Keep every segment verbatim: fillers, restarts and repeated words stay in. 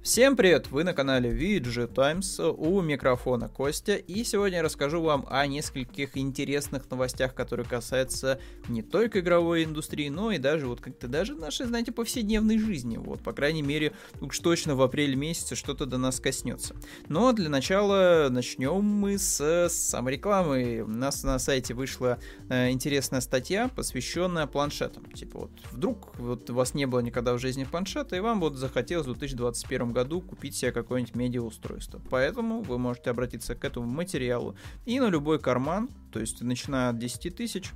Всем привет! Вы на канале ви джи Times, у микрофона Костя, и сегодня я расскажу вам о нескольких интересных новостях, которые касаются не только игровой индустрии, но и даже вот как-то даже нашей, знаете, повседневной жизни. Вот, по крайней мере, уж точно в апреле месяце что-то до нас коснется. Но для начала начнем мы с саморекламы. У нас на сайте вышла э, интересная статья, посвященная планшетам. Типа вот вдруг вот у вас не было никогда в жизни планшета, и вам вот захотелось в две тысячи двадцать первом году купить себе какое-нибудь медиаустройство. Поэтому вы можете обратиться к этому материалу и на любой карман, то есть начиная от десяти тысяч,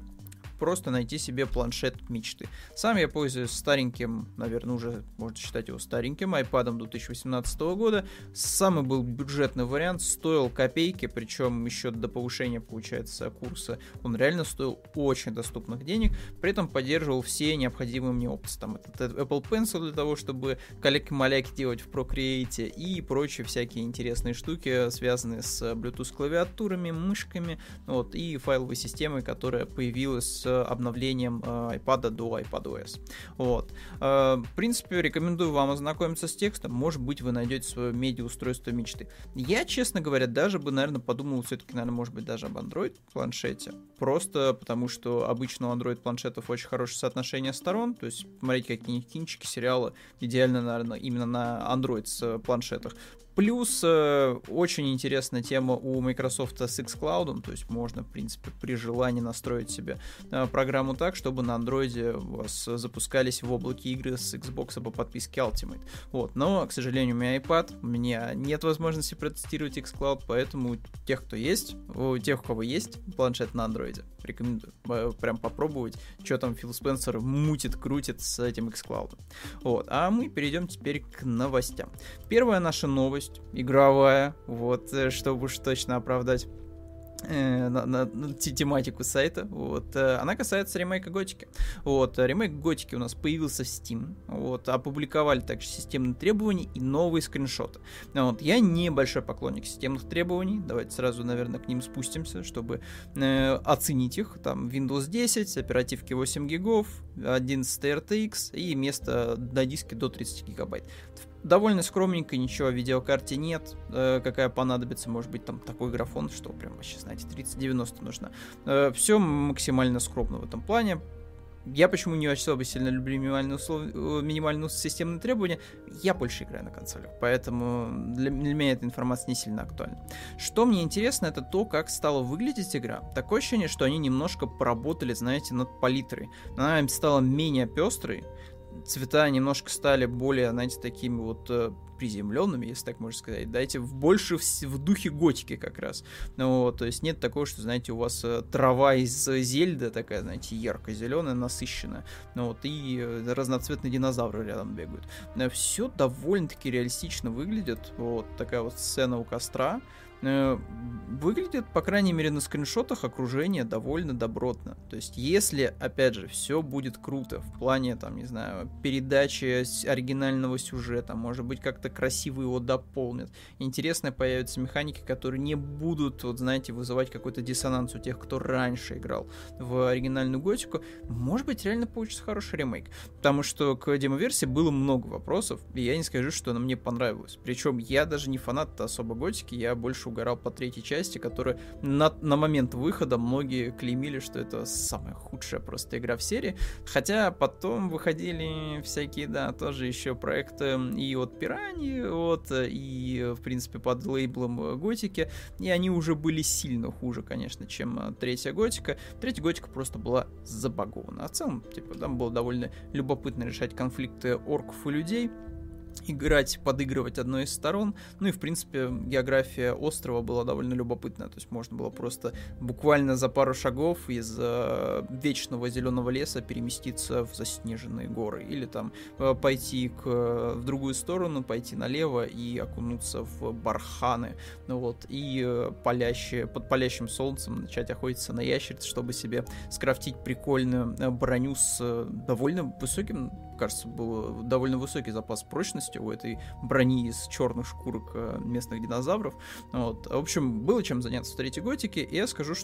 просто найти себе планшет мечты. Сам я пользуюсь стареньким, наверное, уже можно считать его стареньким, iPad'ом две тысячи восемнадцатого года. Самый был бюджетный вариант, стоил копейки, причем еще до повышения, получается, курса он реально стоил очень доступных денег, при этом поддерживал все необходимые мне опции. Там этот Apple Pencil для того, чтобы каляки-маляки делать в Procreate и прочие всякие интересные штуки, связанные с Bluetooth клавиатурами, мышками, вот, и файловой системой, которая появилась с обновлением э, iPad до iPadOS. Вот. Э, в принципе, рекомендую вам ознакомиться с текстом. Может быть, вы найдете свое медиаустройство мечты. Я, честно говоря, даже бы, наверное, подумал все-таки, наверное, может быть, даже об Android-планшете. Просто потому, что обычно у Android-планшетов очень хорошее соотношение сторон. То есть, смотрите, какие-нибудь кинчики, сериалы. Идеально, наверное, именно на Android-планшетах. Плюс э, очень интересная тема у Microsoft с xCloud, то есть можно, в принципе, при желании настроить себе э, программу так, чтобы на Android у вас запускались в облаке игры с Xbox по подписке Ultimate. Вот. Но, к сожалению, у меня iPad, у меня нет возможности протестировать xCloud, поэтому у тех, кто есть, у тех, у кого есть планшет на Android, рекомендую э, прям попробовать, что там Фил Спенсер мутит, крутит с этим xCloud. Вот. А мы перейдем теперь к новостям. Первая наша новость игровая, вот, чтобы уж точно оправдать э, на, на, на тематику сайта, вот, э, она касается ремейка Готики. Вот, ремейк Готики у нас появился в Steam, вот, опубликовали также системные требования и новые скриншоты. Вот, я небольшой поклонник системных требований, давайте сразу, наверное, к ним спустимся, чтобы э, оценить их. Там Windows десять, оперативки восемь гигов, одиннадцать эр ти экс и место на диске до тридцать гигабайт. Довольно скромненько, ничего о видеокарте нет, э, какая понадобится, может быть, там такой графон, что прям вообще, знаете, тридцать девяносто нужно. Э, все максимально скромно в этом плане. Я почему не особо сильно люблю минимальные, услов... минимальные системные требования, я больше играю на консолях, поэтому для, для меня эта информация не сильно актуальна. Что мне интересно, это то, как стала выглядеть игра. Такое ощущение, что они немножко поработали, знаете, над палитрой. Она стала менее пестрой, цвета немножко стали более, знаете, такими вот э, приземленными, если так можно сказать, дайте в больше в, в духе готики как раз. Ну, вот, то есть нет такого, что, знаете, у вас э, трава из Зельды такая, знаете, ярко-зеленая, насыщенная, ну, вот, и э, разноцветные динозавры рядом бегают. Э, все довольно-таки реалистично выглядит, вот такая вот сцена у костра. Выглядит, по крайней мере, на скриншотах окружение довольно добротно. То есть, если, опять же, все будет круто в плане, там, не знаю, передачи оригинального сюжета, может быть, как-то красиво его дополнят, интересно появятся механики, которые не будут, вот, знаете, вызывать какой-то диссонанс у тех, кто раньше играл в оригинальную готику, может быть, реально получится хороший ремейк. Потому что к демо-версии было много вопросов, и я не скажу, что она мне понравилась. Причем я даже не фанат особо готики, я больше угорал по третьей части, которая на, на момент выхода многие клеймили, что это самая худшая просто игра в серии, хотя потом выходили всякие, да, тоже еще проекты и от Piranha, вот, и, в принципе, под лейблом Готики, и они уже были сильно хуже, конечно, чем третья Готика. Третья Готика просто была забагована, а в целом, типа, там было довольно любопытно решать конфликты орков и людей, играть, подыгрывать одной из сторон. Ну и, в принципе, география острова была довольно любопытная. То есть можно было просто буквально за пару шагов из э, вечного зеленого леса переместиться в заснеженные горы. Или там э, пойти к, в другую сторону, пойти налево и окунуться в барханы. Ну вот, и э, палящие, под палящим солнцем начать охотиться на ящериц, чтобы себе скрафтить прикольную броню с э, довольно высоким, кажется, был довольно высокий запас прочности у этой брони из черных шкурок местных динозавров. Вот. В общем, было чем заняться в третьей готике, и я скажу, что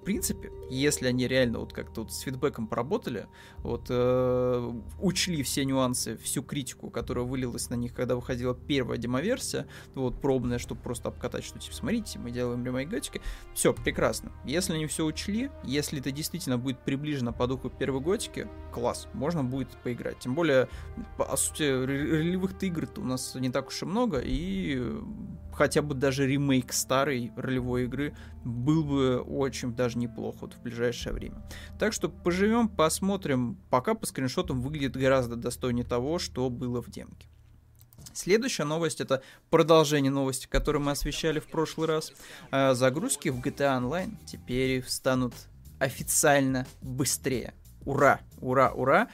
в принципе, если они реально вот как-то вот с фидбэком поработали, вот э, учли все нюансы, всю критику, которая вылилась на них, когда выходила первая демоверсия, вот пробная, чтобы просто обкатать, что типа, смотрите, мы делаем ремейк готики, все, прекрасно. Если они все учли, если это действительно будет приближено по духу первой готики, класс, можно будет поиграть. Тем более, по сути, ролевых-то игр-то у нас не так уж и много, и хотя бы даже ремейк старой ролевой игры был бы очень даже неплохо вот в ближайшее время. Так что поживем, посмотрим. Пока по скриншотам выглядит гораздо достойнее того, что было в демке. Следующая новость — это продолжение новости, которую мы освещали в прошлый раз. Загрузки в джи ти эй Online теперь станут официально быстрее. Ура, ура, ура.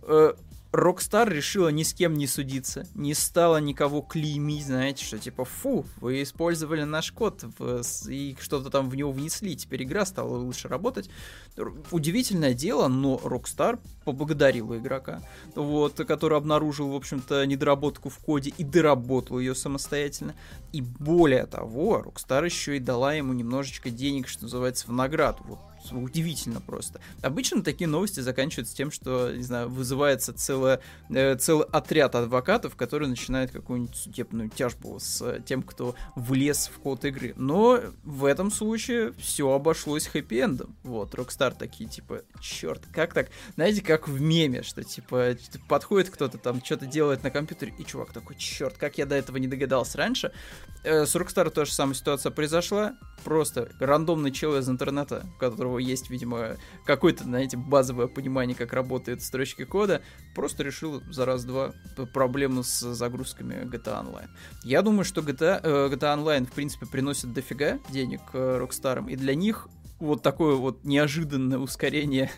Rockstar решила ни с кем не судиться, не стала никого клеймить, знаете, что типа, фу, вы использовали наш код в, и что-то там в него внесли, теперь игра стала лучше работать. Удивительное дело, но Rockstar поблагодарила игрока, вот, который обнаружил, в общем-то, недоработку в коде и доработал ее самостоятельно. И более того, Rockstar еще и дала ему немножечко денег, что называется, в награду. Вот. Удивительно просто. Обычно такие новости заканчиваются тем, что, не знаю, вызывается целое, э, целый отряд адвокатов, которые начинают какую-нибудь судебную тяжбу с тем, кто влез в код игры. Но в этом случае все обошлось хэппи-эндом. Вот, Rockstar такие, типа, черт, как так? Знаете, как в меме, что, типа, подходит кто-то там, что-то делает на компьютере, и чувак такой, черт, как я до этого не догадался раньше. Э, с Rockstar та же самая ситуация произошла. Просто рандомный человек из интернета, у которого есть, видимо, какое-то, знаете, базовое понимание, как работает строчки кода, просто решил за раз-два проблему с загрузками джи ти эй Online. Я думаю, что джи ти эй, э, джи ти эй Online, в принципе, приносит дофига денег э, Rockstar, и для них вот такое вот неожиданное ускорение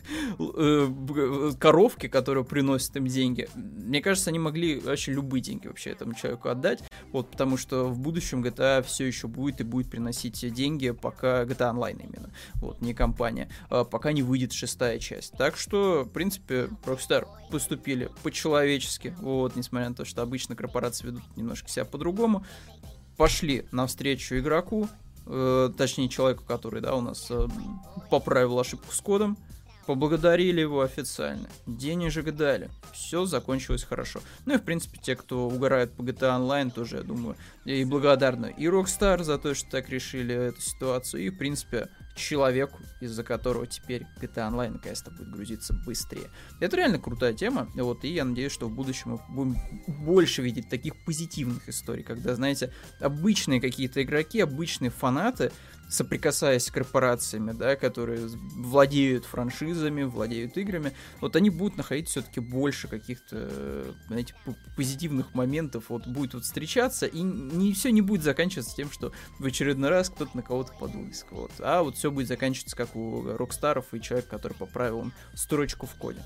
э, коровки, которая приносит им деньги. Мне кажется, они могли вообще любые деньги вообще этому человеку отдать, вот, потому что в будущем джи ти эй все еще будет и будет приносить деньги, пока джи ти эй Online именно, вот, не компания, а пока не выйдет шестая часть. Так что, в принципе, Rockstar поступили по-человечески, вот, несмотря на то, что обычно корпорации ведут немножко себя по-другому, пошли навстречу игроку, Э, точнее, человеку, который, да, у нас э, поправил ошибку с кодом, поблагодарили его официально, денежек дали, все закончилось хорошо. Ну и, в принципе, те, кто угорает по джи ти эй Online, тоже, я думаю, и благодарны и Rockstar за то, что так решили эту ситуацию, и, в принципе, человеку, из-за которого теперь джи ти эй Online наконец-то будет грузиться быстрее. Это реально крутая тема, вот, и я надеюсь, что в будущем мы будем больше видеть таких позитивных историй, когда, знаете, обычные какие-то игроки, обычные фанаты, соприкасаясь с корпорациями, да, которые владеют франшизами, владеют играми, вот они будут находить все-таки больше каких-то, знаете, позитивных моментов, вот будет вот встречаться, и не все не будет заканчиваться тем, что в очередной раз кто-то на кого-то подул из кого-то, а вот все будет заканчиваться как у Рокстаров и человек, который поправил им строчку в коде.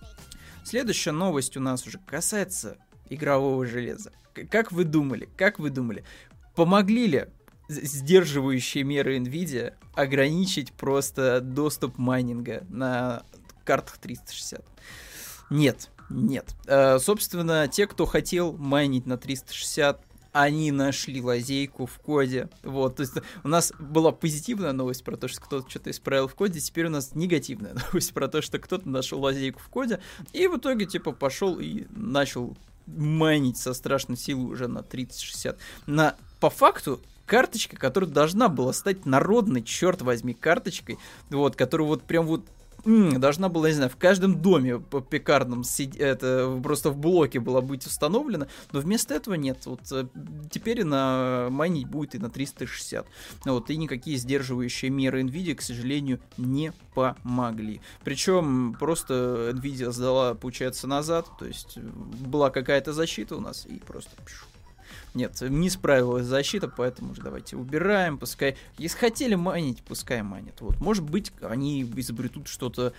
Следующая новость у нас уже касается игрового железа. Как вы думали, как вы думали, помогли ли сдерживающие меры Nvidia ограничить просто доступ майнинга на картах триста шестьдесят? Нет, нет. Э, собственно, те, кто хотел майнить на триста шестьдесят, они нашли лазейку в коде. Вот, то есть у нас была позитивная новость про то, что кто-то что-то исправил в коде, теперь у нас негативная новость про то, что кто-то нашел лазейку в коде, и в итоге, типа, пошел и начал майнить со страшной силой уже на тридцать шестьдесят. На, по факту, карточка, которая должна была стать народной, черт возьми, карточкой, вот, которая вот прям вот м- должна была, не знаю, в каждом доме по пекарном сид- это просто в блоке была быть установлена, но вместо этого нет. Вот теперь на майнить будет и на триста шестьдесят. Вот, и никакие сдерживающие меры Nvidia, к сожалению, не помогли. Причем просто Nvidia сдала, получается, назад, то есть была какая-то защита у нас, и просто пишу. Нет, не справилась защита, поэтому уже давайте убираем, пускай, если хотели майнить, пускай майнят. Вот, может быть, они изобретут что-то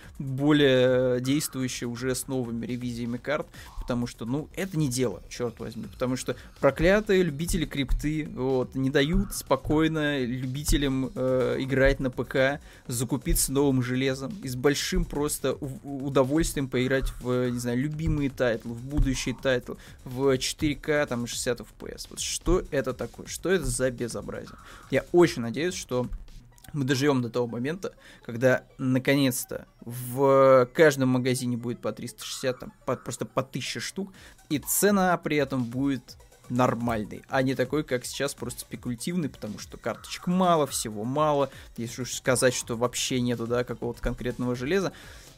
более действующее уже с новыми ревизиями карт, потому что, ну, это не дело, черт возьми, потому что проклятые любители крипты, вот, не дают спокойно любителям э, играть на ПК, закупиться новым железом и с большим просто удовольствием поиграть в, не знаю, любимые тайтлы, в будущие тайтлы, в четыре ка, там, шестьдесят эф пи эс. Вот что это такое? Что это за безобразие? Я очень надеюсь, что мы доживем до того момента, когда наконец-то в каждом магазине будет по триста шестьдесят, там, по, просто по тысяче штук, и цена при этом будет нормальный, а не такой, как сейчас, просто спекулятивный, потому что карточек мало, всего мало, если уж сказать, что вообще нету, да, какого-то конкретного железа.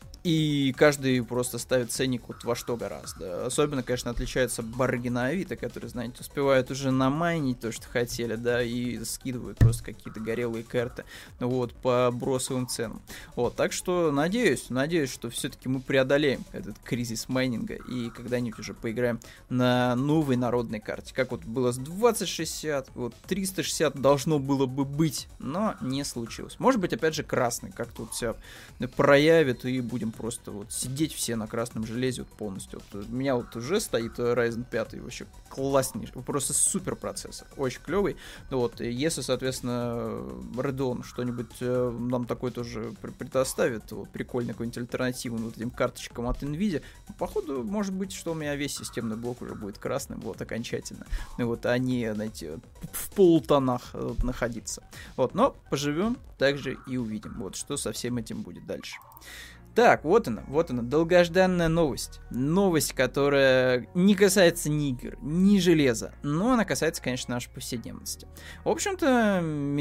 И каждый просто ставит ценник вот во что гораздо. Особенно, конечно, отличаются барыги на Авито, которые, знаете, успевают уже намайнить то, что хотели, да, и скидывают просто какие-то горелые карты, вот, по бросовым ценам. Вот, так что надеюсь, надеюсь, что все-таки мы преодолеем этот кризис майнинга и когда-нибудь уже поиграем на новой народной карте. Как вот было с двадцать шестьдесят, вот триста шестьдесят должно было бы быть, но не случилось. Может быть, опять же, красный как-то вот себя проявит и будем просто вот сидеть все на красном железе вот полностью. Вот у меня вот уже стоит Ryzen пять, вообще класснейший, просто супер процессор, очень клевый. Вот, если, соответственно, Radeon что-нибудь э, нам такой тоже предоставит, вот, прикольный какой-нибудь альтернативный вот этим карточкам от Nvidia, походу, может быть, что у меня весь системный блок уже будет красным, вот, окончательно. Вот, а не, знаете, в полутонах вот, находиться. Вот, но поживем, также и увидим, вот, что со всем этим будет дальше. Так, вот она, вот она, долгожданная новость. Новость, которая не касается ни игр, ни железа, но она касается, конечно, нашей повседневности. В общем-то,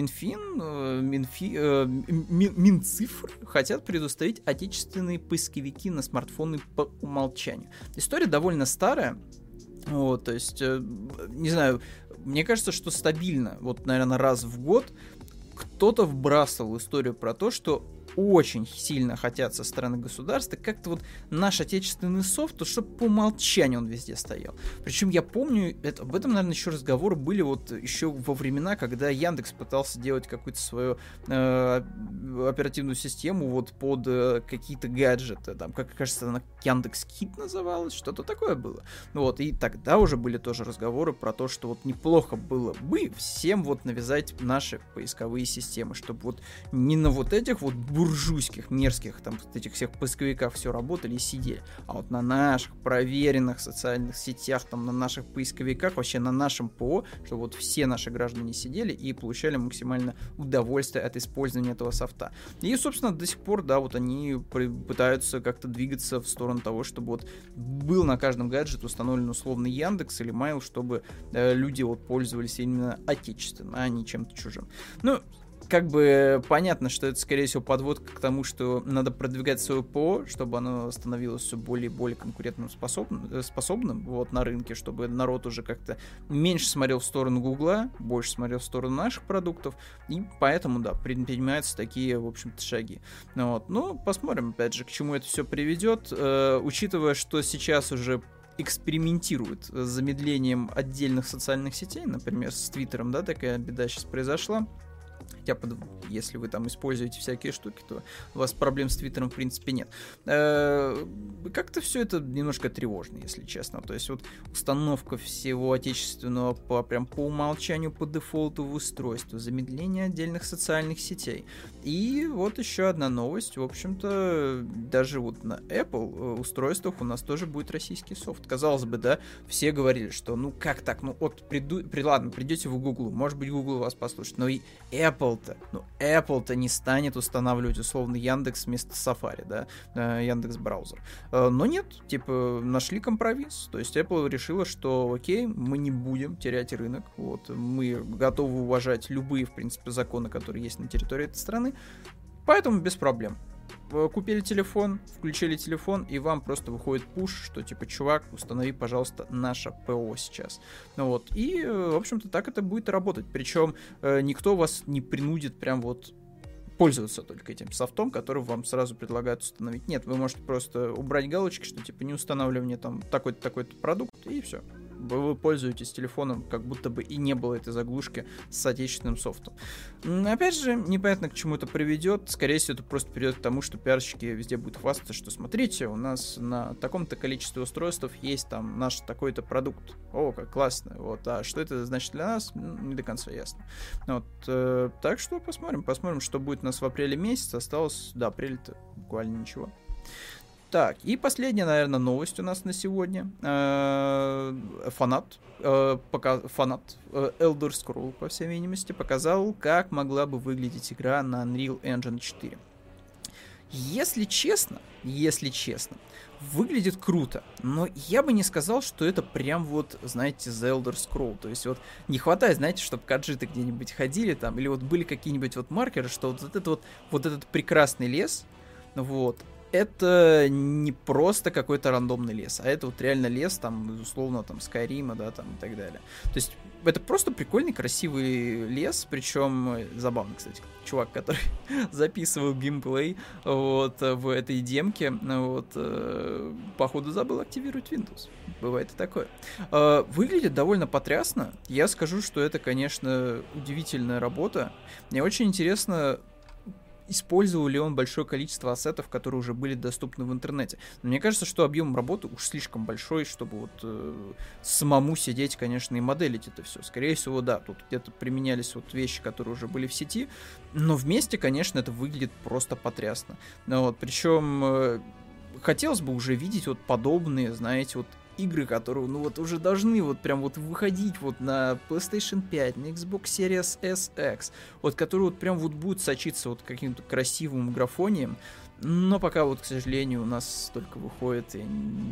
Минфин, Минфи, э, Мин, Минцифр хотят предустановить отечественные поисковики на смартфоны по умолчанию. История довольно старая. Вот, то есть, э, не знаю, мне кажется, что стабильно, вот, наверное, раз в год кто-то вбрасывал историю про то, что очень сильно хотят со стороны государства как-то вот наш отечественный софт, то чтобы по умолчанию он везде стоял. Причем я помню, это, об этом, наверное, еще разговоры были вот еще во времена, когда Яндекс пытался делать какую-то свою э, оперативную систему вот под э, какие-то гаджеты, там, как кажется, она Яндекс.Кит называлась, что-то такое было. Вот, и тогда уже были тоже разговоры про то, что вот неплохо было бы всем вот навязать наши поисковые системы, чтобы вот не на вот этих вот буржуйских, мерзких, там, вот этих всех поисковиках все работали и сидели. А вот на наших проверенных социальных сетях, там, на наших поисковиках, вообще на нашем ПО, чтобы вот все наши граждане сидели и получали максимально удовольствие от использования этого софта. И, собственно, до сих пор, да, вот они пытаются как-то двигаться в сторону того, чтобы вот был на каждом гаджете установлен условный Яндекс или Mail, чтобы э, люди вот пользовались именно отечественно, а не чем-то чужим. Ну, как бы понятно, что это, скорее всего, подводка к тому, что надо продвигать свое ПО, чтобы оно становилось все более и более конкурентным способным, способным вот, на рынке, чтобы народ уже как-то меньше смотрел в сторону Гугла, больше смотрел в сторону наших продуктов, и поэтому, да, предпринимаются такие, в общем-то, шаги. Вот. Ну, посмотрим, опять же, к чему это все приведет, э, учитывая, что сейчас уже экспериментируют с замедлением отдельных социальных сетей, например, с Твиттером, да, такая беда сейчас произошла. Хотя, если вы там используете всякие штуки, то у вас проблем с Твиттером в принципе нет. Как-то все это немножко тревожно, если честно. То есть вот установка всего отечественного по, прям по умолчанию, по дефолту в устройство, замедление отдельных социальных сетей. И вот еще одна новость. В общем-то, даже вот на Apple устройствах у нас тоже будет российский софт. Казалось бы, да, все говорили, что ну как так, ну вот приду, при, ладно, придете в Google, может быть, Google вас послушает, но и Apple-то, ну Apple-то не станет устанавливать условно Яндекс вместо Safari, да, Яндекс браузер. Но нет, типа нашли компромисс, то есть Apple решила, что окей, мы не будем терять рынок, вот, мы готовы уважать любые, в принципе, законы, которые есть на территории этой страны, поэтому без проблем. Купили телефон, включили телефон, и вам просто выходит пуш, что типа, чувак, установи, пожалуйста, наше ПО сейчас. Ну вот, и, в общем-то, так это будет работать. Причем э, никто вас не принудит прям вот пользоваться только этим софтом, который вам сразу предлагают установить. Нет, вы можете просто убрать галочки, что типа не устанавливай мне там такой-то, такой-то продукт, и все. Вы пользуетесь телефоном, как будто бы и не было этой заглушки с отечественным софтом. Опять же, непонятно, к чему это приведет. Скорее всего, это просто приведет к тому, что пиарщики везде будут хвастаться, что смотрите, у нас на таком-то количестве устройств есть там наш такой-то продукт. О, как классно. Вот. А что это значит для нас, не до конца ясно. Вот. Э, так что посмотрим, посмотрим, что будет у нас в апреле месяце. Осталось до апреля-то буквально ничего. Так, и последняя, наверное, новость у нас на сегодня. Фанат, пока, фанат Elder Scrolls, по всей видимости, показал, как могла бы выглядеть игра на Unreal Engine четыре. Если честно, если честно, выглядит круто, но я бы не сказал, что это прям вот, знаете, The Elder Scrolls. То есть вот не хватает, знаете, чтобы каджиты где-нибудь ходили там, или вот были какие-нибудь вот маркеры, что вот этот вот, вот этот прекрасный лес, вот, это не просто какой-то рандомный лес, а это вот реально лес, там, условно, там, Скайрима, да, там, и так далее. То есть это просто прикольный, красивый лес, причем забавно, кстати, чувак, который записывал геймплей вот, в этой демке, вот, походу забыл активировать Windows. Бывает и такое. Выглядит довольно потрясно. Я скажу, что это, конечно, удивительная работа. Мне очень интересно, использовал ли он большое количество ассетов, которые уже были доступны в интернете. Но мне кажется, что объем работы уж слишком большой, чтобы вот э, самому сидеть, конечно, и моделить это все. Скорее всего, да, тут где-то применялись вот вещи, которые уже были в сети, но вместе, конечно, это выглядит просто потрясно. Ну, вот, причем э, хотелось бы уже видеть вот подобные, знаете, вот игры, которые, ну вот, уже должны вот прям вот выходить вот на PlayStation пять, на Xbox Series S X, вот, которые вот прям вот будут сочиться вот каким-то красивым графонием, но пока вот, к сожалению, у нас только выходит и,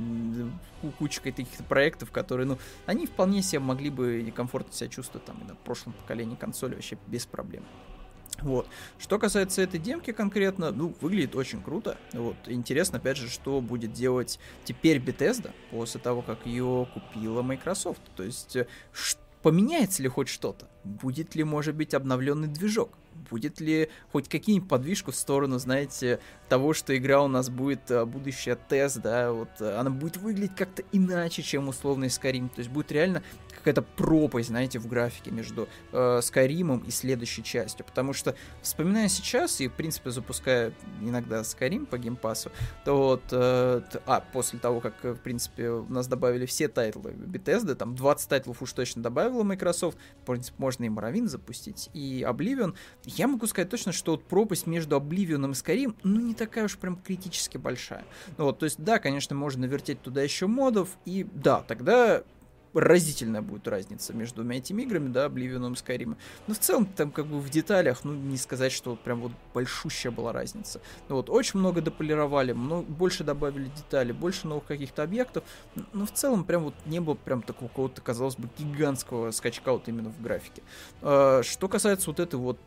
куча каких-то проектов, которые, ну, они вполне себе могли бы комфортно себя чувствовать там и на прошлом поколении консоли вообще без проблем. Вот. Что касается этой демки конкретно, ну, выглядит очень круто. Вот. Интересно, опять же, что будет делать теперь Bethesda после того, как ее купила Microsoft. То есть, ш- поменяется ли хоть что-то? Будет ли, может быть, обновленный движок? Будет ли хоть какие-нибудь подвижку в сторону, знаете, того, что игра у нас будет будущая тест, да, вот она будет выглядеть как-то иначе, чем условный Skyrim. То есть будет реально какая-то пропасть, знаете, в графике между э, Skyrim и следующей частью. Потому что, вспоминая сейчас и, в принципе, запуская иногда Skyrim по геймпассу, то вот, э, т- а, после того, как, в принципе, у нас добавили все тайтлы Bethesda, там двадцать тайтлов уж точно добавила Microsoft, в принципе, можно и Morrowind запустить, и Oblivion. Я могу сказать точно, что вот пропасть между Oblivion и Skyrim, ну, не такая уж прям критически большая. Ну, вот, то есть, да, конечно, можно вертеть туда еще модов, и да, тогда разительная будет разница между двумя этими играми, да, Oblivion и Skyrim. Но в целом, там, как бы в деталях, ну, не сказать, что вот прям вот большущая была разница. Ну, вот, очень много дополировали, много, больше добавили деталей, больше новых каких-то объектов, но в целом прям вот не было прям такого какого-то, казалось бы, гигантского скачка вот именно в графике. Что касается вот этой вот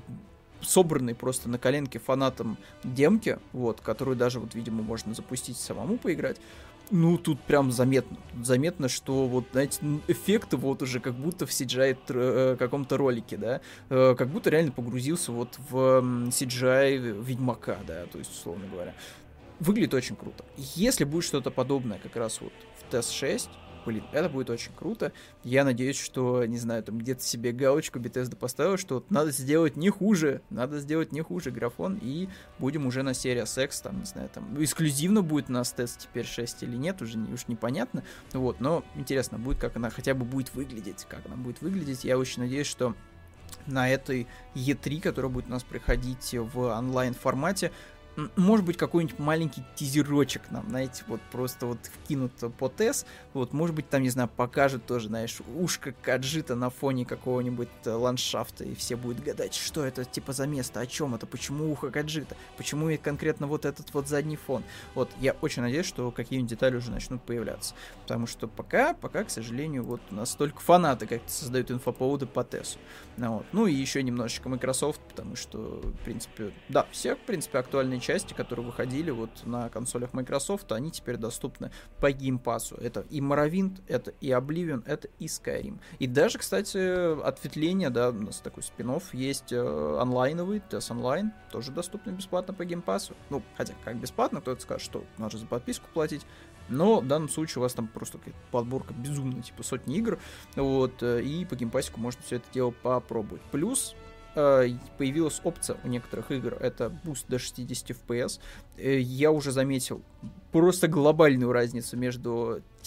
собранной просто на коленке фанатам демки, вот, которую даже, вот, видимо, можно запустить самому поиграть, ну, тут прям заметно. Тут заметно, что вот, знаете, эффекты вот уже как будто в си джи ай э, каком-то ролике, да, э, как будто реально погрузился вот в си джи ай Ведьмака, да, то есть, условно говоря. Выглядит очень круто. Если будет что-то подобное как раз вот в ти эс шесть, блин, это будет очень круто. Я надеюсь, что, не знаю, там где-то себе галочку Bethesda поставила, что вот надо сделать не хуже, надо сделать не хуже графон, и будем уже на Series X, там, не знаю, там, эксклюзивно будет у нас тест теперь шесть или нет, уже не, уж непонятно, вот, но интересно будет, как она хотя бы будет выглядеть, как она будет выглядеть. Я очень надеюсь, что на этой и три, которая будет у нас приходить в онлайн-формате, может быть, какой-нибудь маленький тизерочек нам, знаете, вот просто вот вкинут по тест, вот, может быть, там, не знаю, покажет тоже, знаешь, ушко Каджита на фоне какого-нибудь ландшафта, и все будут гадать, что это, типа, за место, о чем это, почему ухо Каджита, почему и конкретно вот этот вот задний фон. Вот, я очень надеюсь, что какие-нибудь детали уже начнут появляться, потому что пока, пока, к сожалению, вот у нас только фанаты как-то создают инфоповоды по тесту. Ну, вот. Ну, и еще немножечко Microsoft, потому что, в принципе, да, все, в принципе, актуальные части, которые выходили вот на консолях Microsoft, они теперь доступны по геймпассу. Это и Morrowind, это и Oblivion, это и Skyrim. И даже, кстати, ответвление, да, у нас такой спин-офф есть э, онлайновый, ти эс Online, тоже доступный бесплатно по геймпассу. Ну, хотя, как бесплатно, кто-то скажет, что надо за подписку платить. Но в данном случае у вас там просто какая-то подборка безумная, типа сотни игр, вот, и по геймпассику можно все это дело попробовать. Плюс появилась опция у некоторых игр, это буст до шестьдесят эф пи эс. Я уже заметил просто глобальную разницу между тем,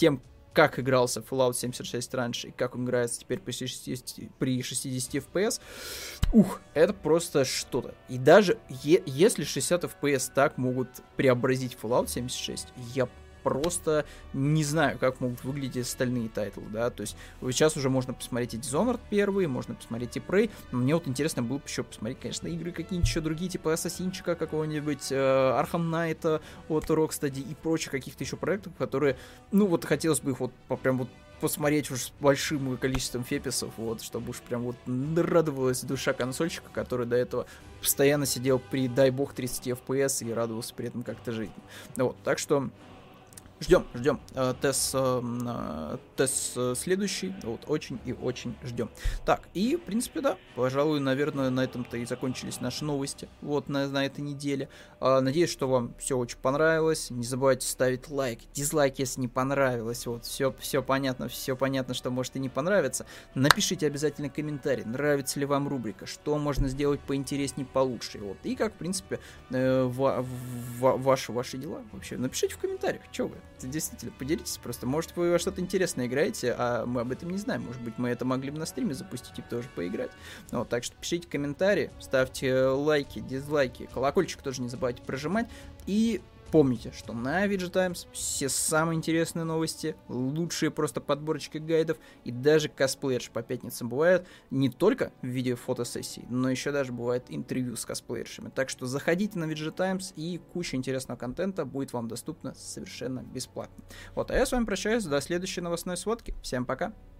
как игрался Fallout семьдесят шесть раньше и как он играется теперь при шестидесяти, при шестидесяти эф пи эс, ух, это просто что-то. И даже е- если шестьдесят эф пи эс так могут преобразить Fallout семьдесят шесть, я просто не знаю, как могут выглядеть остальные тайтлы, да, то есть сейчас уже можно посмотреть и Dishonored первый, можно посмотреть и Prey, но мне вот интересно было бы еще посмотреть, конечно, игры какие-нибудь еще другие, типа Ассасинчика какого-нибудь, э, Arkham Knight от Rocksteady и прочих каких-то еще проектов, которые, ну вот хотелось бы их вот прям вот посмотреть уж с большим количеством феписов, вот, чтобы уж прям вот радовалась душа консольщика, который до этого постоянно сидел при, дай бог, тридцати эф пи эс и радовался при этом как-то жизни. Вот, так что ждем, ждем. Тест, тест следующий. Вот, очень и очень ждем. Так, и, в принципе, да, пожалуй, наверное, на этом-то и закончились наши новости. Вот, на, на этой неделе. Надеюсь, что вам все очень понравилось. Не забывайте ставить лайк, дизлайк, если не понравилось. Вот, все, все понятно, все понятно, что может и не понравиться. Напишите обязательно комментарий, нравится ли вам рубрика, что можно сделать поинтереснее, получше. Вот, и как, в принципе, ва- ва- ваши, ваши дела вообще. Напишите в комментариях, что вы. Действительно, поделитесь просто. Может, вы во что-то интересное играете, а мы об этом не знаем. Может быть, мы это могли бы на стриме запустить и тоже поиграть. Вот, так что пишите комментарии, ставьте лайки, дизлайки, колокольчик тоже не забывайте прожимать. И помните, что на ви джи Times все самые интересные новости, лучшие просто подборочки гайдов и даже косплеерши по пятницам бывают не только в виде фотосессий, но еще даже бывает интервью с косплеершами. Так что заходите на ви джи Times, и куча интересного контента будет вам доступна совершенно бесплатно. Вот, а я с вами прощаюсь до следующей новостной сводки. Всем пока!